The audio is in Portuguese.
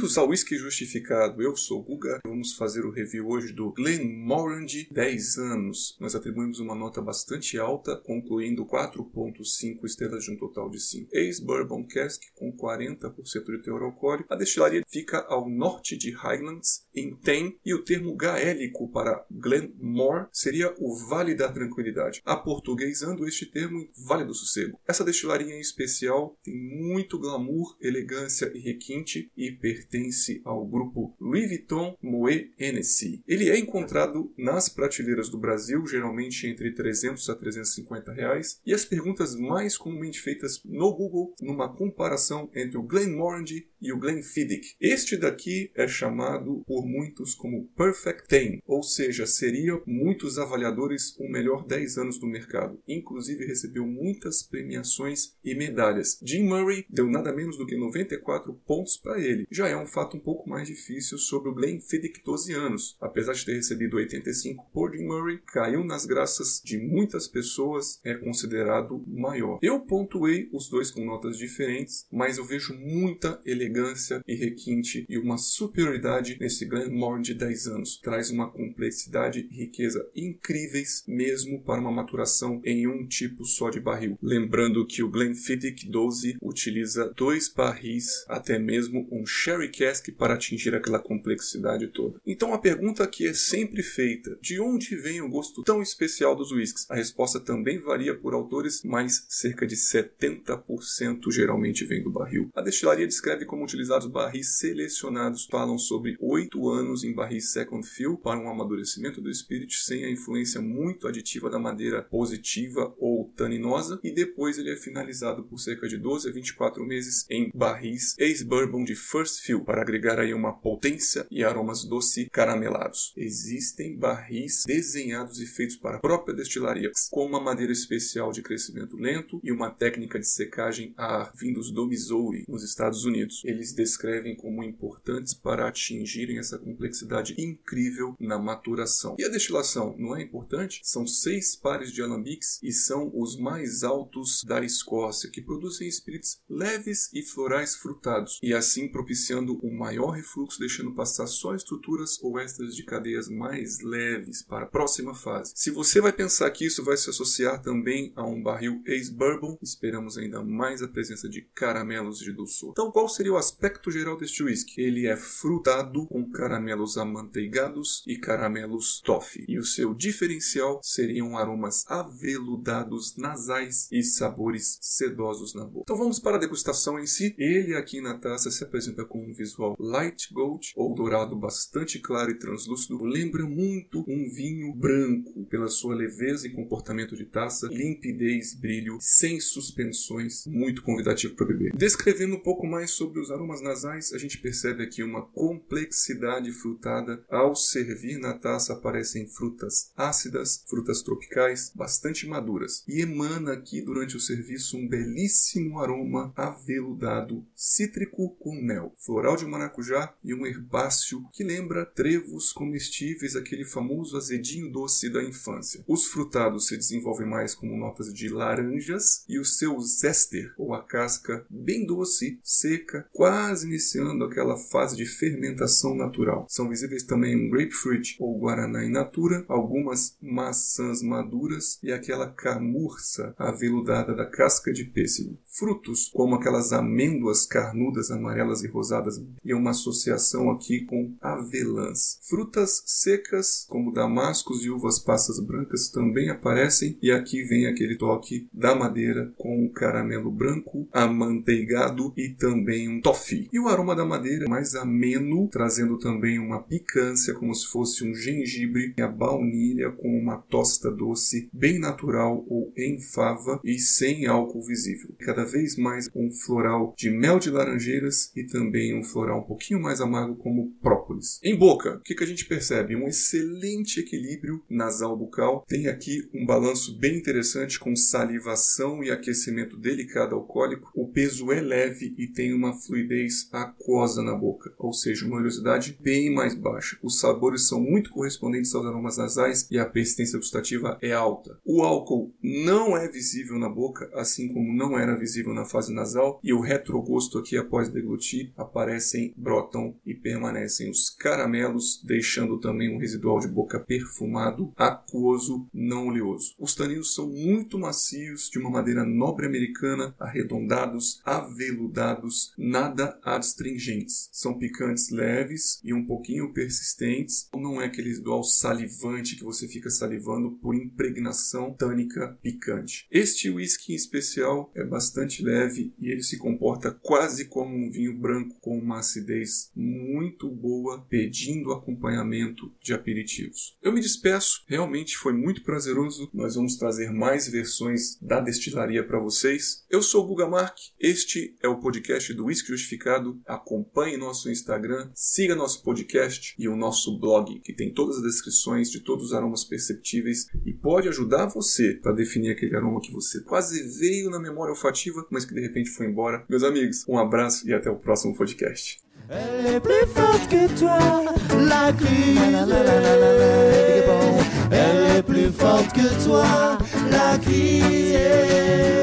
Bem-vindos ao Whisky Justificado, eu sou o Guga. Vamos fazer o review hoje do Glenmorangie 10 anos. Nós atribuímos uma nota bastante alta, concluindo 4.5 estrelas de um total de 5. Ex-Bourbon Cask com 40% de teor alcoólico. A destilaria fica ao norte de Highlands, em Thame, e o termo gaélico para Glenmore seria o Vale da Tranquilidade. Aportuguesando este termo, Vale do Sossego. Essa destilaria em especial tem muito glamour, elegância e requinte e pertence ao grupo Louis Vuitton Moet Hennessy. Ele é encontrado nas prateleiras do Brasil, geralmente entre R$300 a R$350, e as perguntas mais comumente feitas no Google numa comparação entre o Glenmorangie e o Glenfiddich. Este daqui é chamado por muitos como Perfect 10, ou seja, seria muitos avaliadores o melhor 10 anos do mercado. Inclusive recebeu muitas premiações e medalhas. Jim Murray deu nada menos do que 94 pontos para ele. Já é um fato um pouco mais difícil sobre o Glenfiddich 12 anos. Apesar de ter recebido 85 por Jim Murray, caiu nas graças de muitas pessoas, é considerado maior. Eu pontuei os dois com notas diferentes, mas eu vejo muita elegância e requinte e uma superioridade nesse Glenmorangie de 10 anos. Traz uma complexidade e riqueza incríveis mesmo para uma maturação em um tipo só de barril. Lembrando que o Glenfiddich 12 utiliza 2 barris, até mesmo um sherry cask para atingir aquela complexidade toda. Então a pergunta que é sempre feita: de onde vem o gosto tão especial dos whiskies? A resposta também varia por autores, mas cerca de 70% geralmente vem do barril. A destilaria descreve como utilizados barris selecionados. Falam sobre 8 anos em barris second fill para um amadurecimento do spirit sem a influência muito aditiva da madeira positiva ou taninosa, e depois ele é finalizado por cerca de 12 a 24 meses em barris ex-bourbon de first fill para agregar aí uma potência e aromas doce caramelados. Existem barris desenhados e feitos para a própria destilaria com uma madeira especial de crescimento lento e uma técnica de secagem a ar vindos do Missouri, nos Estados Unidos. Eles descrevem como importantes para atingirem essa complexidade incrível na maturação. E a destilação não é importante? São 6 pares de alambiques e são os mais altos da Escócia, que produzem spirits leves e florais frutados, e assim propiciando um maior refluxo, deixando passar só estruturas ou extras de cadeias mais leves para a próxima fase. Se você vai pensar que isso vai se associar também a um barril ex-bourbon, esperamos ainda mais a presença de caramelos de dulçor. Então qual seria o aspecto geral deste whisky? Ele é frutado com caramelos amanteigados e caramelos toffee, e o seu diferencial seriam aromas aveludados, nasais e sabores sedosos na boca. Então vamos para a degustação em si. Ele aqui na taça se apresenta com um visual light gold ou dourado bastante claro e translúcido. Lembra muito um vinho branco pela sua leveza e comportamento de taça, limpidez, brilho, sem suspensões, muito convidativo para beber. Descrevendo um pouco mais sobre os aromas nasais, a gente percebe aqui uma complexidade frutada. Ao servir na taça aparecem frutas ácidas, frutas tropicais, bastante maduras, e emana aqui durante o serviço um belíssimo aroma aveludado, cítrico com mel, floral de maracujá e um herbáceo que lembra trevos comestíveis, aquele famoso azedinho doce da infância. Os frutados se desenvolvem mais como notas de laranjas e o seu zester, ou a casca, bem doce, seca, quase iniciando aquela fase de fermentação natural. São visíveis também um grapefruit ou guaraná in natura, algumas maçãs maduras e aquela camurça aveludada da casca de pêssego. Frutos como aquelas amêndoas carnudas, amarelas e rosadas, e uma associação aqui com avelãs. Frutas secas como damascos e uvas passas brancas também aparecem, e aqui vem aquele toque da madeira com o caramelo branco, amanteigado e também um toffee. E o aroma da madeira mais ameno, trazendo também uma picância como se fosse um gengibre, e a baunilha com uma tosta doce bem natural ou em fava e sem álcool visível. Cada vez mais um floral de mel de laranjeiras e também um floral um pouquinho mais amargo como própolis. Em boca, o que a gente percebe? Um excelente equilíbrio nasal bucal. Tem aqui um balanço bem interessante com salivação e aquecimento delicado alcoólico. O peso é leve e tem uma fluidez fluidez aquosa na boca, ou seja, uma oleosidade bem mais baixa. Os sabores são muito correspondentes aos aromas nasais e a persistência gustativa é alta. O álcool não é visível na boca, assim como não era visível na fase nasal, e o retrogosto aqui após deglutir aparecem, brotam e permanecem os caramelos, deixando também um residual de boca perfumado, aquoso, não oleoso. Os taninos são muito macios, de uma madeira nobre americana, arredondados, aveludados, nada adstringentes. São picantes leves e um pouquinho persistentes. Não é aquele residual salivante que você fica salivando por impregnação tânica picante. Este whisky em especial é bastante leve e ele se comporta quase como um vinho branco com uma acidez muito boa, pedindo acompanhamento de aperitivos. Eu me despeço, realmente foi muito prazeroso. Nós vamos trazer mais versões da destilaria para vocês. Eu sou o Guga Mark, este é o podcast do Whisky Justificado. Acompanhe nosso Instagram, siga nosso podcast e o nosso blog, que tem todas as descrições de todos os aromas perceptíveis e pode ajudar você para definir aquele aroma que você quase veio na memória olfativa, mas que de repente foi embora. Meus amigos, um abraço e até o próximo podcast. Elle est plus forte que toi, la crise. Elle est plus forte que toi, la crise.